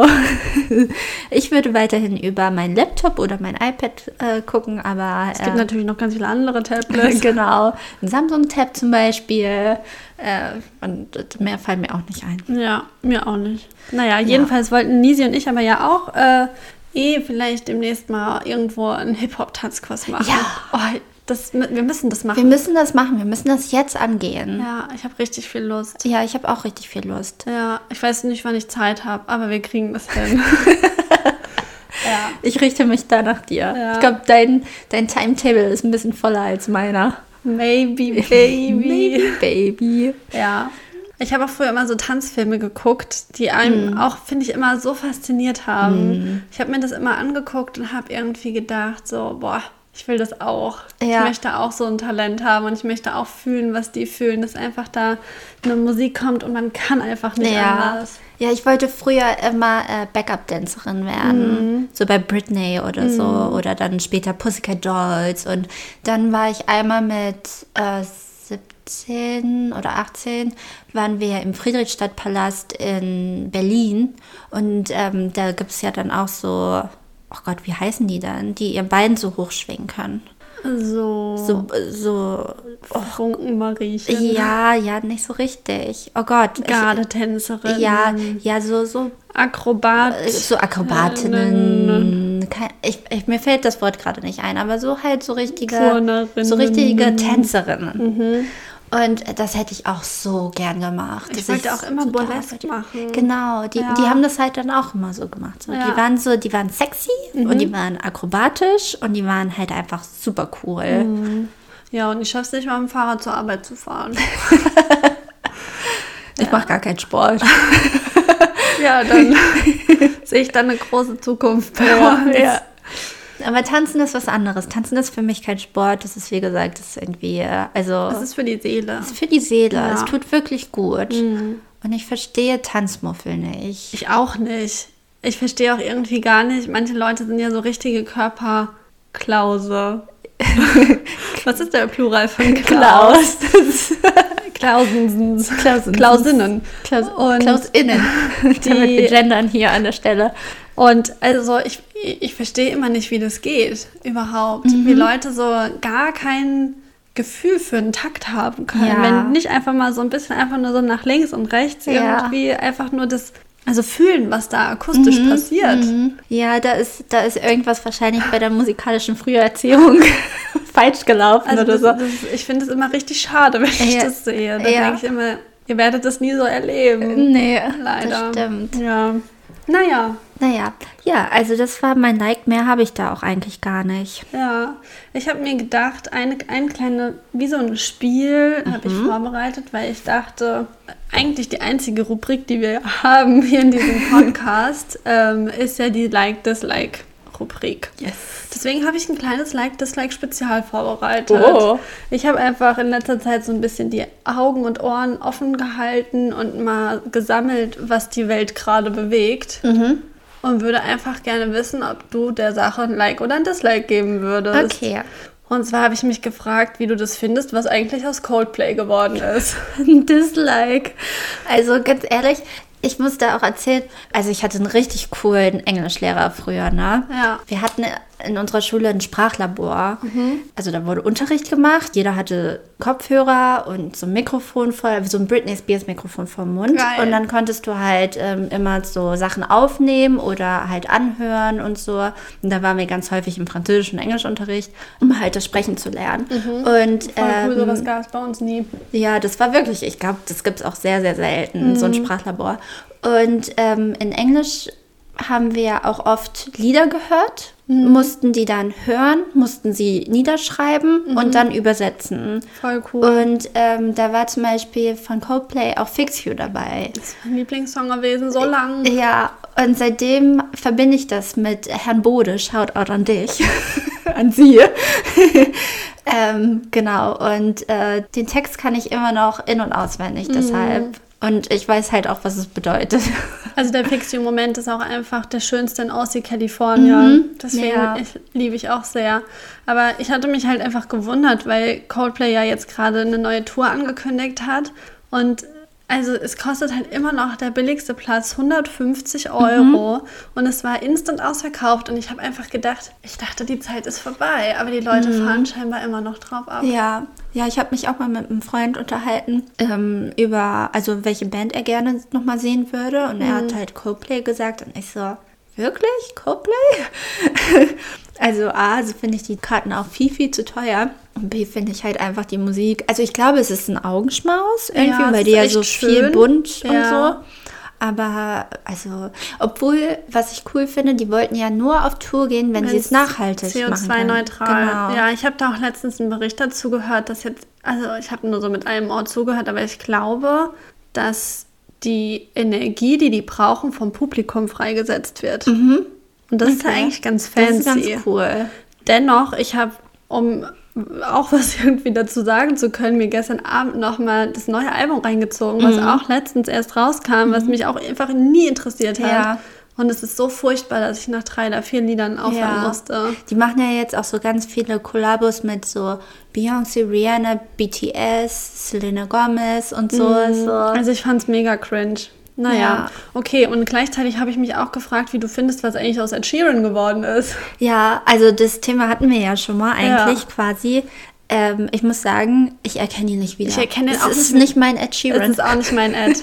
ich würde weiterhin über meinen Laptop oder mein iPad äh, gucken, aber... Es gibt äh, natürlich noch ganz viele andere Tablets. Genau. Ein Samsung-Tab zum Beispiel. Äh, und mehr fallen mir auch nicht ein. Ja, mir auch nicht. Naja, jedenfalls ja. wollten Nisi und ich aber ja auch... Äh, eh vielleicht demnächst mal irgendwo einen Hip-Hop-Tanzkurs machen. Ja. Oh, das, wir müssen das machen. Wir müssen das machen. Wir müssen das jetzt angehen. Ja, ich habe richtig viel Lust. Ja, ich habe auch richtig viel Lust. Ja, ich weiß nicht, wann ich Zeit habe, aber wir kriegen das hin. Ja. Ich richte mich da nach dir. Ja. Ich glaube, dein, dein Timetable ist ein bisschen voller als meiner. Maybe, baby. Maybe, baby. Ja. Ich habe auch früher immer so Tanzfilme geguckt, die einem mm. auch, finde ich, immer so fasziniert haben. Mm. Ich habe mir das immer angeguckt und habe irgendwie gedacht, so, boah, ich will das auch. Ja. Ich möchte auch so ein Talent haben und ich möchte auch fühlen, was die fühlen, dass einfach da eine Musik kommt und man kann einfach nicht Ja. anders. Ja, ich wollte früher immer äh, Backup-Dancerin werden, Mhm. so bei Britney oder so, oder dann später Pussycat Dolls. Und dann war ich einmal mit äh, siebzehn oder achtzehn, waren wir im Friedrichstadtpalast in Berlin. Und ähm, da gibt es ja dann auch so, oh Gott, wie heißen die dann, die ihr Bein so hochschwingen können. So, So, so Funkenmariechen. ja, ja, nicht so richtig. Oh Gott. ich- Gardetänzerin. Ja, ja, so, so Akrobat. so Akrobatinnen. Kein, ich, ich, mir fällt das Wort gerade nicht ein, aber so halt so richtige, Turnerinnen. so richtige Tänzerinnen. Und das hätte ich auch so gern gemacht. Ich Das wollte ist auch immer total- Burlesque machen. Genau, die, Ja. die haben das halt dann auch immer so gemacht. So. Ja. Die waren so, die waren sexy und die waren akrobatisch und die waren halt einfach super cool. Ja, und ich schaffe es nicht mal, mit dem Fahrrad zur Arbeit zu fahren. Ich mache gar keinen Sport. Ja, dann sehe ich dann eine große Zukunft bei uns. Ja. Aber Tanzen ist was anderes. Tanzen ist für mich kein Sport. Das ist, wie gesagt, das ist irgendwie, äh, also Das ist für die Seele. es ist für die Seele. Ja. Es tut wirklich gut. Und ich verstehe Tanzmuffel nicht. Ich auch nicht. Ich verstehe auch irgendwie gar nicht. Manche Leute sind ja so richtige Körperklause. Was ist der Plural von Klaus? Klausensens. Klausensens. Klausinnen. Klaus, Und KlausInnen. Damit wir gendern hier an der Stelle. Und also ich, ich verstehe immer nicht, wie das geht überhaupt. Wie Leute so gar kein Gefühl für einen Takt haben können. Ja. Wenn nicht einfach mal so ein bisschen einfach nur so nach links und rechts Ja. irgendwie einfach nur das, also fühlen, was da akustisch passiert. Ja, da ist, da ist irgendwas wahrscheinlich bei der musikalischen Früherziehung falsch gelaufen Also oder das, so. das, ich finde es immer richtig schade, wenn ich Ja. das sehe. Da Ja. denke ich immer, ihr werdet das nie so erleben. Nee, Leider. das stimmt. Ja. Naja, Naja, ja, also das war mein Like. Mehr habe ich da auch eigentlich gar nicht. ja. Ich habe mir gedacht, eine, ein kleine, wie so ein Spiel habe ich vorbereitet, weil ich dachte, eigentlich die einzige Rubrik, die wir haben hier in diesem Podcast, ähm, ist ja die Like-Dislike-Rubrik. Yes. Deswegen habe ich ein kleines Like-Dislike-Spezial vorbereitet. Oh. Ich habe einfach in letzter Zeit so ein bisschen die Augen und Ohren offen gehalten und mal gesammelt, was die Welt gerade bewegt. Und würde einfach gerne wissen, ob du der Sache ein Like oder ein Dislike geben würdest. Okay. Und zwar habe ich mich gefragt, wie du das findest, was eigentlich aus Coldplay geworden ist. Ein Dislike. Also ganz ehrlich, ich muss da auch erzählen, also ich hatte einen richtig coolen Englischlehrer früher, ne? Ja. Wir hatten in unserer Schule ein Sprachlabor. Also da wurde Unterricht gemacht, jeder hatte Kopfhörer und so ein Mikrofon voll, so ein Britney Spears Mikrofon vom Mund. Geil. Und dann konntest du halt ähm, immer so Sachen aufnehmen oder halt anhören und so. Und da waren wir ganz häufig im Französisch- und Englischunterricht, um halt das Sprechen zu lernen. Und Voll cool, ähm, sowas gab es bei uns nie. ja, das war wirklich, ich glaube, das gibt es auch sehr, sehr selten, so ein Sprachlabor. Und ähm, in Englisch haben wir auch oft Lieder gehört, mussten die dann hören, mussten sie niederschreiben und dann übersetzen. Voll cool. Und ähm, da war zum Beispiel von Coldplay auch Fix You dabei. Das ist mein Lieblingssong gewesen, so lang. Ja, und seitdem verbinde ich das mit Herrn Bode, Shoutout an dich, an Sie. ähm, genau, und äh, den Text kann ich immer noch in- und auswendig, deshalb. Und ich weiß halt auch, was es bedeutet. Also der Fix You-Moment ist auch einfach der schönste in Aussie, California. Deswegen ja. ich, liebe ich auch sehr. Aber ich hatte mich halt einfach gewundert, weil Coldplay ja jetzt gerade eine neue Tour angekündigt hat. Und also es kostet halt immer noch der billigste Platz hundertfünfzig Euro. Und es war instant ausverkauft. Und ich habe einfach gedacht, ich dachte, die Zeit ist vorbei. Aber die Leute fahren scheinbar immer noch drauf ab. Ja, ja, ich habe mich auch mal mit einem Freund unterhalten ähm, über, also welche Band er gerne nochmal sehen würde. Und er hat halt Coldplay gesagt. Und ich so, wirklich? Coldplay? Also A, also finde ich die Karten auch viel, viel zu teuer. Und B, finde ich halt einfach die Musik. Also ich glaube, es ist ein Augenschmaus irgendwie, Ja, es weil ist die ja echt so schön. viel bunt und Ja. so. Aber, also, obwohl, was ich cool finde, die wollten ja nur auf Tour gehen, wenn sie es nachhaltig C O machen zwei können. neutral. Genau. Ja, ich habe da auch letztens einen Bericht dazu gehört, dass jetzt, also ich habe nur so mit einem Ohr zugehört, aber ich glaube, dass die Energie, die die brauchen, vom Publikum freigesetzt wird. Und das ist ja Okay. eigentlich ganz Das fancy. ist ganz cool. Dennoch, ich habe um auch was irgendwie dazu sagen zu können, mir gestern Abend nochmal das neue Album reingezogen, was Mhm. auch letztens erst rauskam, was mich auch einfach nie interessiert hat. Ja. Und es ist so furchtbar, dass ich nach drei oder vier Liedern aufhören Ja. musste. Die machen ja jetzt auch so ganz viele Kollabos mit so Beyoncé, Rihanna, B T S, Selena Gomez und so. so. Also ich fand's mega cringe. Naja, Ja. okay. Und gleichzeitig habe ich mich auch gefragt, wie du findest, was eigentlich aus Ed Sheeran geworden ist. Ja, also das Thema hatten wir ja schon mal eigentlich Ja. quasi. Ähm, ich muss sagen, ich erkenne ihn nicht wieder. Ich erkenne ihn es auch ist nicht. nicht mein Ed Das Sheeran. ist auch nicht mein Ed.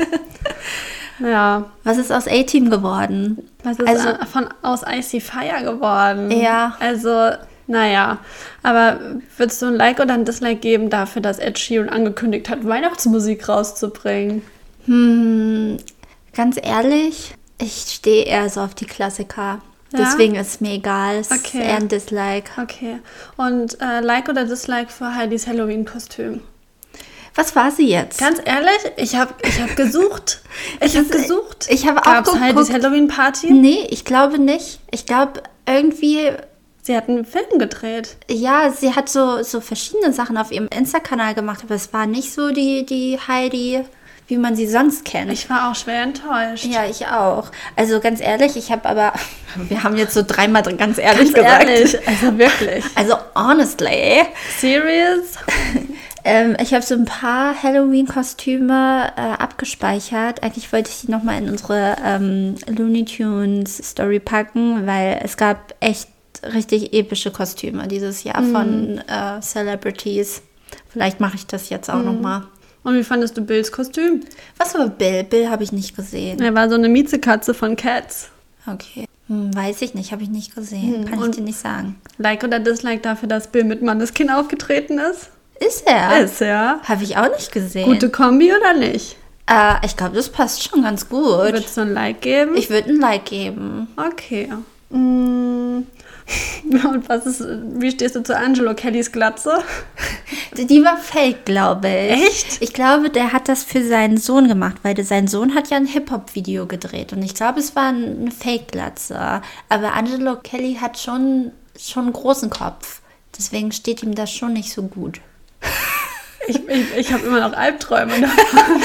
Ja. Was ist aus A-Team geworden? Was ist Also- äh, von aus Icy Fire geworden? Ja. Also, naja. Aber würdest du ein Like oder ein Dislike geben dafür, dass Ed Sheeran angekündigt hat, Weihnachtsmusik rauszubringen? Hm, ganz ehrlich, ich stehe eher so auf die Klassiker. Ja? Deswegen ist mir egal. Es ist Okay. eher ein Dislike. Okay. Und äh, Like oder Dislike für Heidis Halloween-Kostüm? Was war sie jetzt? Ganz ehrlich, ich habe ich hab gesucht. Ich habe Das- gesucht. ich habe auch Gab's Heidis geguckt. Halloween-Party? Nee, ich glaube nicht. Ich glaube irgendwie, Sie hat einen Film gedreht. ja, sie hat so, so verschiedene Sachen auf ihrem Insta-Kanal gemacht, aber es war nicht so die, die Heidi, wie man sie sonst kennt. Ich war auch schwer enttäuscht. ja, ich auch. Also ganz ehrlich, ich habe aber, wir haben jetzt so dreimal ganz ehrlich Ganz gesagt. ehrlich, also wirklich. Also honestly, Serious? ähm, ich habe so ein paar Halloween-Kostüme äh, abgespeichert. Eigentlich wollte ich die nochmal in unsere ähm, Looney Tunes Story packen, weil es gab echt richtig epische Kostüme dieses Jahr von äh, Celebrities. Vielleicht mache ich das jetzt auch noch nochmal. Und wie fandest du Bills Kostüm? Was war Bill? Bill habe ich nicht gesehen. Er war so eine Miezekatze von Cats. Okay. Hm, weiß ich nicht, habe ich nicht gesehen. Kann ich und- dir nicht sagen. Like oder Dislike dafür, dass Bill mit Manneskin aufgetreten ist? Ist er? Ist, ja. Habe ich auch nicht gesehen. Gute Kombi oder nicht? Äh, ich glaube, das passt schon ganz gut. Würdest du ein Like geben? Ich würde ein Like geben. Okay. Mm. Und was ist, wie stehst du zu Angelo Kellys Glatze? Die die war fake, glaube ich. Echt? Ich glaube, der hat das für seinen Sohn gemacht, weil der, sein Sohn hat ja ein Hip-Hop-Video gedreht. Und ich glaube, es war ein- eine Fake-Glatze. Aber Angelo Kelly hat schon, schon einen großen Kopf. Deswegen steht ihm das schon nicht so gut. Ich, ich, ich habe immer noch Albträume davon.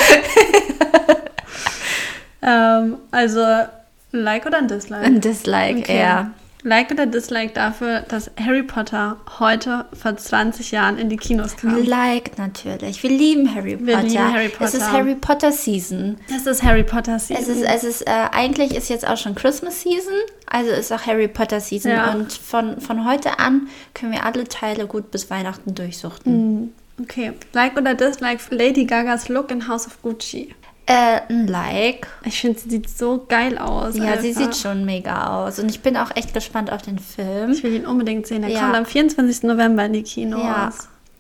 ähm, also, ein Like oder ein Dislike? Ein Dislike Okay. eher. Like oder Dislike dafür, dass Harry Potter heute vor zwanzig Jahren in die Kinos kam? Like natürlich. Wir lieben Harry Potter. Wir lieben Harry Es ist Potter. Harry Potter Season. Das ist Harry Potter Season. Es ist, es ist, äh, eigentlich ist jetzt auch schon Christmas Season, also ist auch Harry Potter Season. Ja. Und von, von heute an können wir alle Teile gut bis Weihnachten durchsuchten. Okay. Like oder Dislike für Lady Gagas Look in House of Gucci? Äh, ein Like. Ich finde, sie sieht so geil aus. Ja, sie einfach. sieht schon mega aus. Und ich bin auch echt gespannt auf den Film. Ich will ihn unbedingt sehen. Er Ja. kommt am vierundzwanzigsten November in die Kinos. Ja.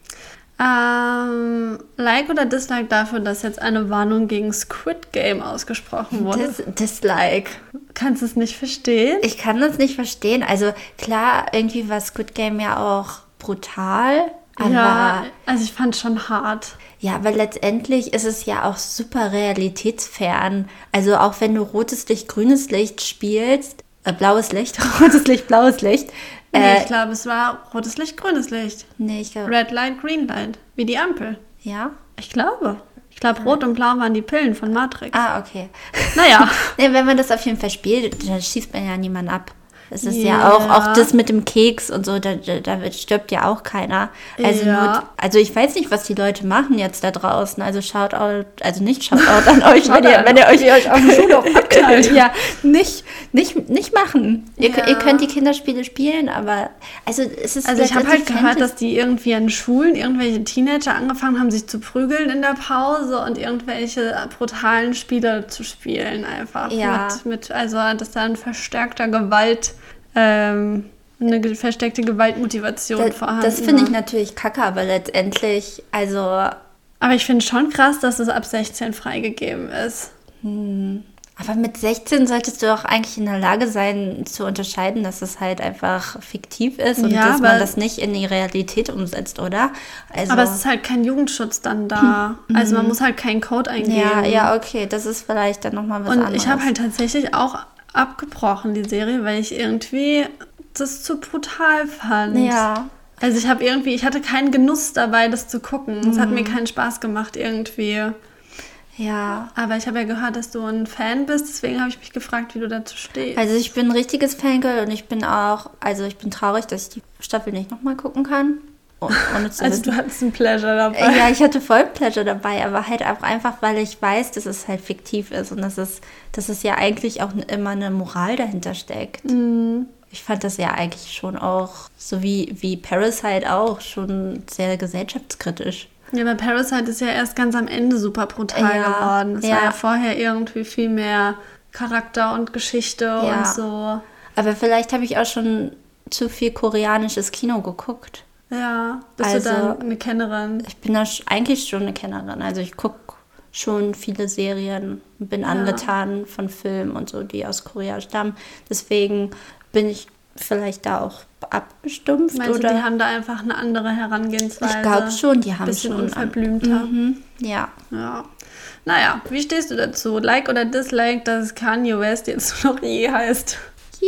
Ähm, Like oder Dislike dafür, dass jetzt eine Warnung gegen Squid Game ausgesprochen wurde? Dis Dislike. Kannst du es nicht verstehen? Ich kann das nicht verstehen. Also klar, irgendwie war Squid Game ja auch brutal. Aber ja, also ich fand es schon hart. ja, aber letztendlich ist es ja auch super realitätsfern. Also auch wenn du rotes Licht, grünes Licht spielst, äh, blaues Licht, rotes Licht, blaues Licht. Nee, Äh, ich glaube, es war rotes Licht, grünes Licht. nee, ich glaube, Red Light, Green Light. Wie die Ampel. ja. Ich glaube. Ich glaube, rot und blau waren die Pillen von Matrix. Ah, okay. Naja. Nee, wenn man das auf jeden Fall spielt, dann schießt man ja niemanden ab. Das ist ja, Ja. auch, auch das mit dem Keks und so, da, da, da wird- stirbt ja auch keiner. Also, Ja. nur, also ich weiß nicht, was die Leute machen jetzt da draußen. Also schaut out, also nicht schaut out an euch, wenn, ihr, wenn ihr euch, euch auf dem Schulhof abknallt. Ja, nicht, nicht, nicht machen. Ihr, Ja. ihr könnt die Kinderspiele spielen, aber also es ist Also ich habe halt letztendlich gehört, Fantasy- dass die irgendwie an Schulen, irgendwelche Teenager angefangen haben, sich zu prügeln in der Pause und irgendwelche brutalen Spiele zu spielen einfach. Ja. Mit, mit, also dass da ein verstärkter Gewalt, ähm, eine ge- verstärkte Gewaltmotivation Da- vorhanden das finde ich war. natürlich kacke, aber letztendlich, also Aber ich finde schon krass, dass es ab sechzehn freigegeben ist. aber mit sechzehn solltest du auch eigentlich in der Lage sein, zu unterscheiden, dass es halt einfach fiktiv ist und Ja, dass man aber- das nicht in die Realität umsetzt, oder? Also, Aber es ist halt kein Jugendschutz dann da. Also man muss halt keinen Code eingeben. ja, ja, okay, das ist vielleicht dann nochmal was Und anderes. ich habe halt tatsächlich auch abgebrochen, die Serie, weil ich irgendwie das zu brutal fand. Ja, Also ich habe irgendwie, ich hatte keinen Genuss dabei, das zu gucken. Es hat mir keinen Spaß gemacht irgendwie. Ja. Aber ich habe ja gehört, dass du ein Fan bist, deswegen habe ich mich gefragt, wie du dazu stehst. Also ich bin ein richtiges Fangirl und ich bin auch, also ich bin traurig, dass ich die Staffel nicht nochmal gucken kann. Ohne zu also wissen. du hattest ein Pleasure dabei. Ja, ich hatte voll Pleasure dabei, aber halt auch einfach, weil ich weiß, dass es halt fiktiv ist und dass es, dass es ja eigentlich auch immer eine Moral dahinter steckt. Mhm. Ich fand das ja eigentlich schon auch, so wie, wie Parasite auch, schon sehr gesellschaftskritisch. Ja, aber Parasite ist ja erst ganz am Ende super brutal Ja, geworden. Es ja. war ja vorher irgendwie viel mehr Charakter und Geschichte Ja. und so. Aber vielleicht habe ich auch schon zu viel koreanisches Kino geguckt. Ja, bist Also, du dann eine Kennerin? Ich bin da sch- eigentlich schon eine Kennerin. Also ich gucke schon viele Serien, bin Ja. angetan von Filmen und so, die aus Korea stammen. Deswegen bin ich vielleicht da auch abgestumpft. Meinst oder du, die haben da einfach eine andere Herangehensweise? ich glaube schon, die haben Bisschen schon... unverblümter. Mhm, ja. Ja. Naja, wie stehst du dazu? Like oder Dislike, dass Kanye West jetzt nur noch je heißt?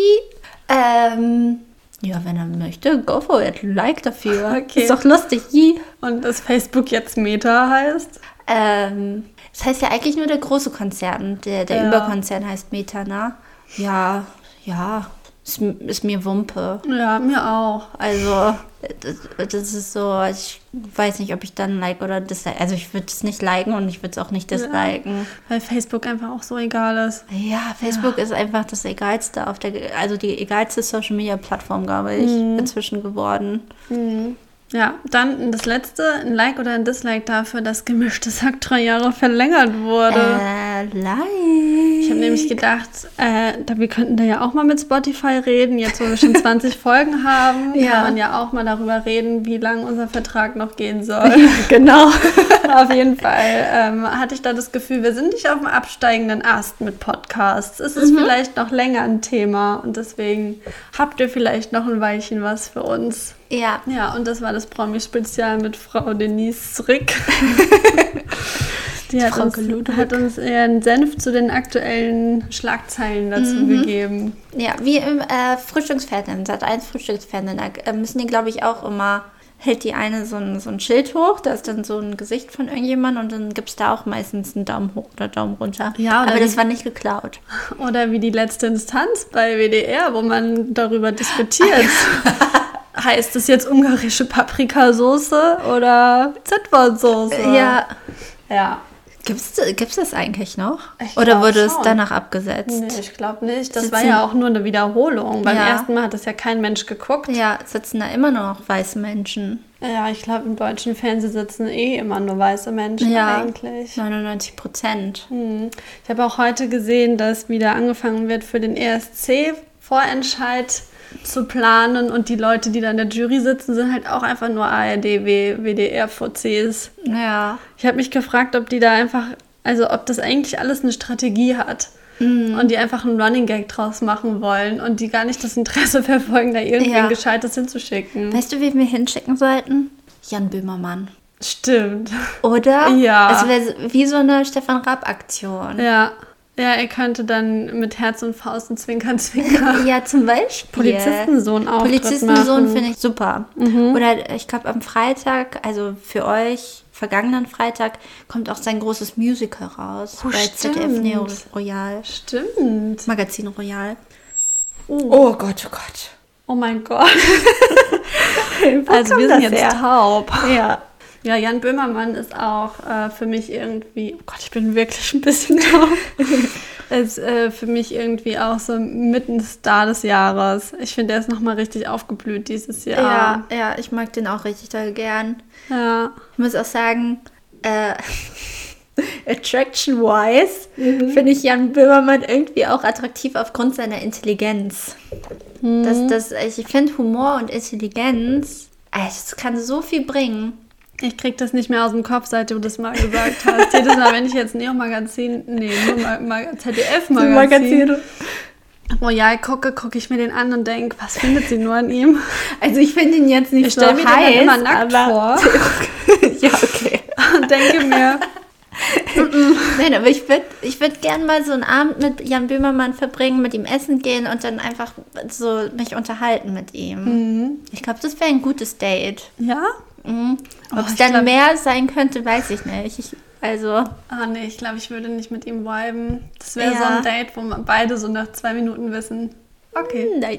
Ähm, ja, wenn er möchte, go for it. Like dafür. Okay. Ist doch lustig. Yi. Und dass Facebook jetzt Meta heißt? Ähm, das heißt ja eigentlich nur der große Konzern. Der, der Ja. Überkonzern heißt Meta, ne? Ja, ja. Ist, ist mir Wumpe. Ja, mir auch. Also, das, das ist so, ich weiß nicht, ob ich dann like oder dislike. Also, ich würde es nicht liken und ich würde es auch nicht disliken. Weil Facebook einfach auch so egal ist. Ja, Facebook ist einfach das egalste auf der, also die egalste Social Media Plattform, glaube ich, inzwischen geworden. Ja, dann das letzte, ein Like oder ein Dislike dafür, dass Gemischtes Hack drei Jahre verlängert wurde. Äh, like. Ich habe nämlich gedacht, äh, da, wir könnten da ja auch mal mit Spotify reden. Jetzt, wo wir schon zwanzig Folgen haben, Ja. kann man ja auch mal darüber reden, wie lang unser Vertrag noch gehen soll. Genau. Auf jeden Fall ähm, hatte ich da das Gefühl, wir sind nicht auf dem absteigenden Ast mit Podcasts. Es ist vielleicht noch länger ein Thema und deswegen habt ihr vielleicht noch ein Weilchen was für uns. Ja. Ja, und das war das Promi-Spezial mit Frau Denise Rick. Die hat Frau uns, Ludwig. hat uns ihren Senf zu den aktuellen Schlagzeilen dazu gegeben. Ja, wie im äh, Frühstücksfernsehen, Sat eins Frühstücksfernsehen, da äh, müssen die, glaube ich, auch immer, hält die eine so ein, so ein Schild hoch, da ist dann so ein Gesicht von irgendjemandem und dann gibt es da auch meistens einen Daumen hoch oder Daumen runter. Ja, oder aber das wie- war nicht geklaut. Oder wie die letzte Instanz bei W D R, wo man darüber diskutiert. Heißt es jetzt ungarische Paprikasoße oder Z-Wort-Soße? Ja. Ja. Gibt's, gibt's das eigentlich noch? Ich Oder glaub wurde es schon. danach abgesetzt? Nee, ich glaube nicht. Das Sitzen- war ja auch nur eine Wiederholung. Beim Ja. ersten Mal hat das ja kein Mensch geguckt. Ja, sitzen da immer noch weiße Menschen. Ja, ich glaube, im deutschen Fernsehen sitzen eh immer nur weiße Menschen Ja, eigentlich. neunundneunzig Prozent. Hm. Ich habe auch heute gesehen, dass wieder angefangen wird, für den E S C-Vorentscheid zu planen und die Leute, die da in der Jury sitzen, sind halt auch einfach nur A R D, W D R-Fuzis. Ja. Ich habe mich gefragt, ob die da einfach, also ob das eigentlich alles eine Strategie hat und die einfach einen Running Gag draus machen wollen und die gar nicht das Interesse verfolgen, da irgendwie Ja. ein Gescheites hinzuschicken. Weißt du, wen wir hinschicken sollten? Jan Böhmermann. Stimmt. Oder? Ja. Es wäre wie so eine Stefan Raab-Aktion. Ja. Ja, er könnte dann mit Herz und Faust und Zwinkern, Zwinkern Ja, zum Beispiel. Polizistensohn Auftritt Polizistensohn machen. finde ich super. Oder ich glaube am Freitag, also für euch, vergangenen Freitag, kommt auch sein großes Musical raus. Oh, bei Z D F stimmt. Neo Royal. Stimmt. Magazin Royal. Oh, Oh Gott, oh Gott. oh mein Gott. Wo Also kommt wir das sind jetzt her? taub. Ja. Ja, Jan Böhmermann ist auch äh, für mich irgendwie, oh Gott, ich bin wirklich ein bisschen taub. ist äh, für mich irgendwie auch so mitten Star des Jahres. Ich finde, der ist nochmal richtig aufgeblüht dieses Jahr. Ja, ja, ich mag den auch richtig doll gern. Ja. Ich muss auch sagen, äh, attraction-wise finde ich Jan Böhmermann irgendwie auch attraktiv aufgrund seiner Intelligenz. Das, das, ich finde Humor und Intelligenz, ey, das kann so viel bringen. Ich krieg das nicht mehr aus dem Kopf, seit du das mal gesagt hast. Jedes Mal, wenn ich jetzt Neo-Magazin, nee, nur Mag- Mag- Z D F-Magazin Royal gucke, gucke ich mir den an und denke, was findet sie nur an ihm? Also ich finde ihn jetzt nicht Ich so stelle mir den heiß, dann immer nackt aber vor ja, okay. und denke mir, Nein, aber ich würde ich würd gern mal so einen Abend mit Jan Böhmermann verbringen, mit ihm essen gehen und dann einfach so mich unterhalten mit ihm. Mhm. Ich glaube, das wäre ein gutes Date. Ja? Mhm. Ob Oh, es ich dann glaub- mehr sein könnte, weiß ich nicht. Ich, also, Ah nee, ich glaube, ich würde nicht mit ihm viben. Das wäre Ja. so ein Date, wo man beide so nach zwei Minuten wissen, okay. nein.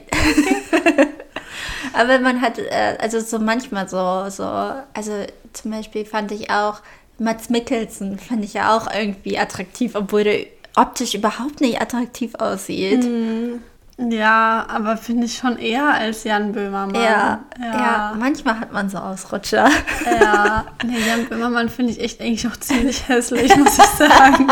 Aber man hat, äh, also so manchmal so, so, also zum Beispiel fand ich auch, Mads Mikkelsen fand ich ja auch irgendwie attraktiv, obwohl der optisch überhaupt nicht attraktiv aussieht. Ja, aber finde ich schon eher als Jan Böhmermann. Ja, ja. ja. manchmal hat man so Ausrutscher. Ja, nee, Jan Böhmermann finde ich echt eigentlich auch ziemlich hässlich, muss ich sagen.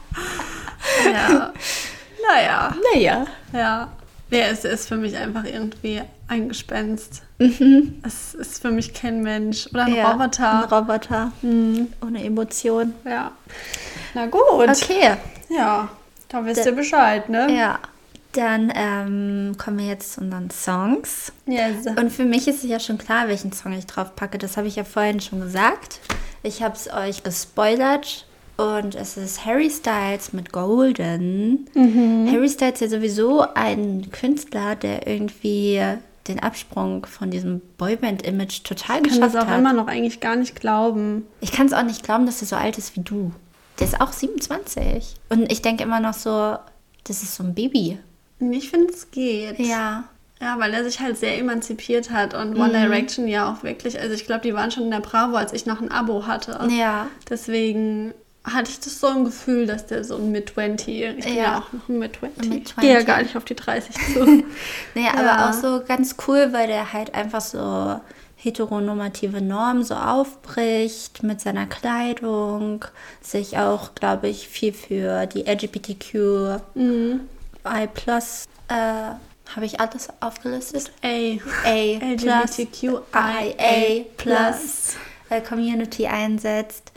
Ja, naja, Naja. ja. Nee, es ist für mich einfach irgendwie ein Gespenst. Es ist für mich kein Mensch oder ein Ja, Roboter. Ein Roboter. Ohne Emotion. Ja. Na gut. Okay. Ja, da wisst Da- ihr Bescheid, ne? Ja. Dann ähm, kommen wir jetzt zu unseren Songs. Yes. Und für mich ist es ja schon klar, welchen Song ich drauf packe. Das habe ich ja vorhin schon gesagt. Ich habe es euch gespoilert. Und es ist Harry Styles mit Golden. Harry Styles ist ja sowieso ein Künstler, der irgendwie den Absprung von diesem Boyband-Image total Ich kann geschafft das auch hat. immer noch eigentlich gar nicht glauben. Ich kann es auch nicht glauben, dass er so alt ist wie du. Der ist auch siebenundzwanzig. Und ich denke immer noch so, das ist so ein Baby. Ich finde, es geht. Ja. Ja, weil er sich halt sehr emanzipiert hat und One Direction ja auch wirklich, also ich glaube, die waren schon in der Bravo, als ich noch ein Abo hatte. Ja. Deswegen hatte ich das so ein Gefühl, dass der so ein Mid-zwanzig, ich bin ja, Ja. auch noch ein Mid-zwanzig. Ein Ich Mid-zwanzig. gehe ja gar nicht auf die dreißig zu. Naja, Ja. aber auch so ganz cool, weil der halt einfach so heteronormative Normen so aufbricht mit seiner Kleidung, sich auch, glaube ich, viel für die L G B T Q I plus, äh, habe ich alles aufgelistet? Ey, A L G B T Q I A plus äh, Community einsetzt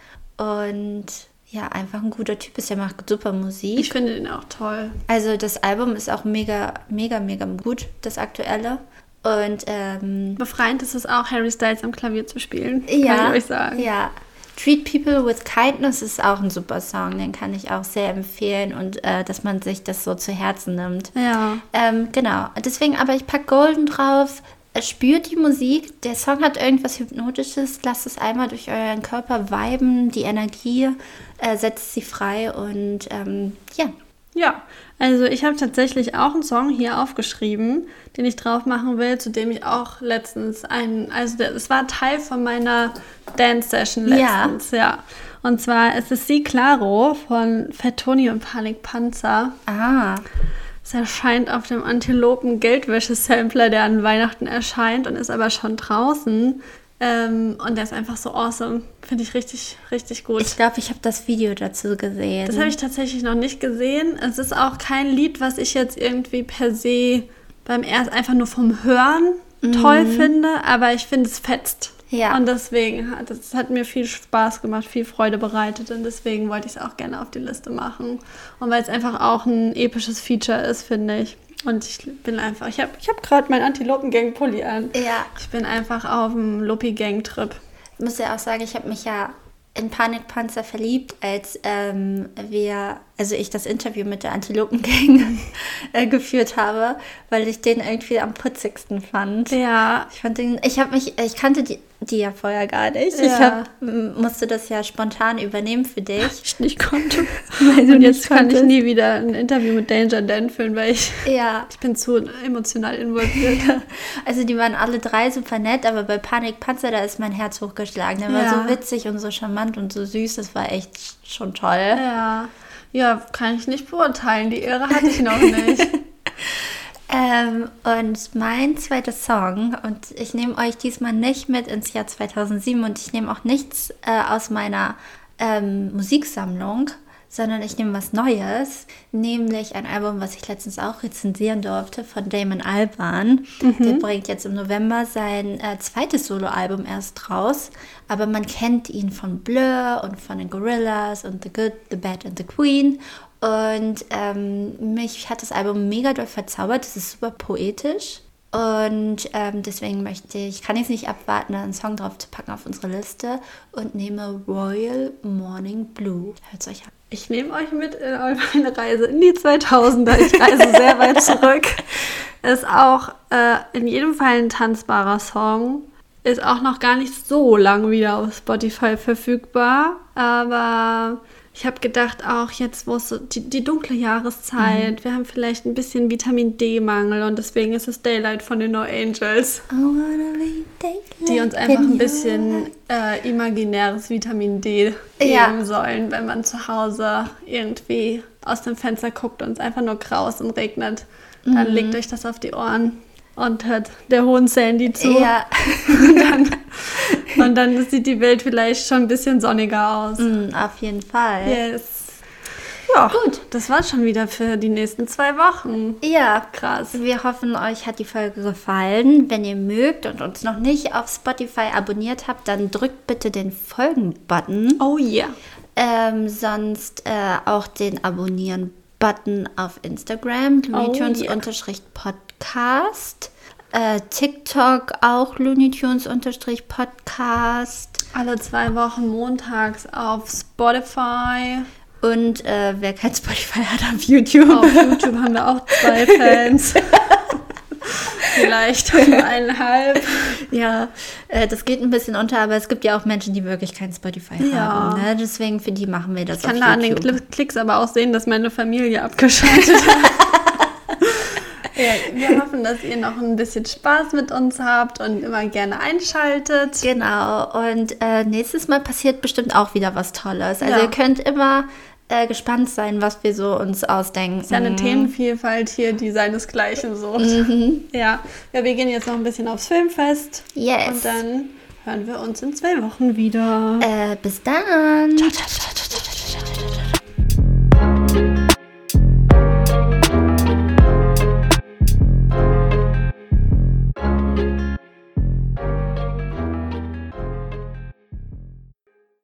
und ja, einfach ein guter Typ ist. Der macht super Musik. ich finde den auch toll. Also das Album ist auch mega, mega, mega gut, das aktuelle. Und ähm, Befreiend ist es auch, Harry Styles am Klavier zu spielen, ja, kann ich euch sagen. ja. Treat People with Kindness ist auch ein super Song, den kann ich auch sehr empfehlen und äh, dass man sich das so zu Herzen nimmt. Ja. Ähm, genau, deswegen, aber ich packe Golden drauf. Äh, Spürt die Musik, der Song hat irgendwas Hypnotisches, lasst es einmal durch euren Körper viben, die Energie äh, setzt sie frei und ähm, ja. Ja, also ich habe tatsächlich auch einen Song hier aufgeschrieben, den ich drauf machen will, zu dem ich auch letztens einen, also der, es war Teil von meiner Dance-Session Ja. letztens, ja. Und zwar ist es Si Claro von Fat Tony und Panik Panzer. Ah, Es erscheint auf dem Antilopen-Geldwäsche-Sampler, der an Weihnachten erscheint und ist aber schon draußen. Ähm, und der ist einfach so awesome. Finde ich richtig, richtig gut. ich glaube, ich habe das Video dazu gesehen. Das habe ich tatsächlich noch nicht gesehen. Es ist auch kein Lied, was ich jetzt irgendwie per se beim erst einfach nur vom Hören toll finde, aber ich finde es fetzt. Ja. Und deswegen hat es hat mir viel Spaß gemacht, viel Freude bereitet und deswegen wollte ich es auch gerne auf die Liste machen. Und weil es einfach auch ein episches Feature ist, finde ich. Und ich bin einfach, ich habe ich hab gerade meinen Antilopen-Gang-Pulli an. Ja. Ich bin einfach auf dem Lopi-Gang-Trip. Ich muss ja auch sagen, ich habe mich ja in Panikpanzer verliebt, als ähm, wir, also ich das Interview mit der Antilopengang äh, geführt habe, weil ich den irgendwie am putzigsten fand. Ja, Ich fand den, ich habe mich, ich kannte die, die ja vorher gar nicht. Ich Ja. hab, m- musste das ja spontan übernehmen für dich. ich nicht konnte. Weil du Und jetzt nicht kann ich konntest. nie wieder ein Interview mit Danger Dan führen, weil ich, Ja, ich bin zu emotional involviert. also die waren alle drei super nett, aber bei Panikpanzer, da ist mein Herz hochgeschlagen. Der war Ja. so witzig und so charmant und so süß, das war echt schon toll. Ja, ja, kann ich nicht beurteilen. Die Ehre hatte ich noch nicht. Ähm, und mein zweiter Song, und ich nehme euch diesmal nicht mit ins Jahr zweitausendsieben und ich nehme auch nichts äh, aus meiner ähm, Musiksammlung, sondern ich nehme was Neues, nämlich ein Album, was ich letztens auch rezensieren durfte, von Damon Albarn. Der bringt jetzt im November sein äh, zweites Soloalbum erst raus, aber man kennt ihn von Blur und von den Gorillaz und The Good, The Bad and The Queen. Und ähm, mich hat das Album mega doll verzaubert. Es ist super poetisch. Und ähm, deswegen möchte ich, kann ich es nicht abwarten, einen Song drauf zu packen auf unsere Liste und nehme Royal Morning Blue. Hört es euch an. Ich nehme euch mit in meine Reise in die zweitausender. Ich reise sehr weit zurück. Ist auch äh, in jedem Fall ein tanzbarer Song. Ist auch noch gar nicht so lang wieder auf Spotify verfügbar. Aber ich habe gedacht, auch jetzt, wo es so die, die dunkle Jahreszeit, mhm. wir haben vielleicht ein bisschen Vitamin D-Mangel und deswegen ist es Daylight von den No Angels, die uns einfach ein bisschen äh, imaginäres Vitamin D geben ja. sollen, wenn man zu Hause irgendwie aus dem Fenster guckt und es einfach nur grau ist und regnet. Dann mhm. legt euch das auf die Ohren und hört der hohen Sandy zu. Ja. Und dann, und dann sieht die Welt vielleicht schon ein bisschen sonniger aus. Mm, auf jeden Fall. Yes. Ja, gut. Das war's schon wieder für die nächsten zwei Wochen. Ja, krass. Wir hoffen, euch hat die Folge gefallen. Wenn ihr mögt und uns noch nicht auf Spotify abonniert habt, dann drückt bitte den Folgen-Button. Oh ja. Yeah. Ähm, sonst äh, auch den Abonnieren-Button auf Instagram, Looney Tunes Podcast. Äh, TikTok auch Looney Tunes Podcast. Alle zwei Wochen montags auf Spotify. Und äh, wer kein Spotify hat, auf YouTube. Auf YouTube haben wir auch zwei Fans. Vielleicht eineinhalb. Ja, äh, das geht ein bisschen unter, aber es gibt ja auch Menschen, die wirklich kein Spotify ja. haben. Ne? Deswegen für die machen wir das ich auf YouTube. Ich kann da an den Klicks aber auch sehen, dass meine Familie abgeschaltet hat. Ja, wir hoffen, dass ihr noch ein bisschen Spaß mit uns habt und immer gerne einschaltet. Genau, und äh, nächstes Mal passiert bestimmt auch wieder was Tolles. Also ja. ihr könnt immer äh, gespannt sein, was wir so uns ausdenken. Es ist ja eine Themenvielfalt hier, die seinesgleichen sucht. Mhm. Ja. ja, wir gehen jetzt noch ein bisschen aufs Filmfest. Yes. Und dann hören wir uns in zwei Wochen wieder. Äh, bis dann. Ciao, ciao, ciao, ciao.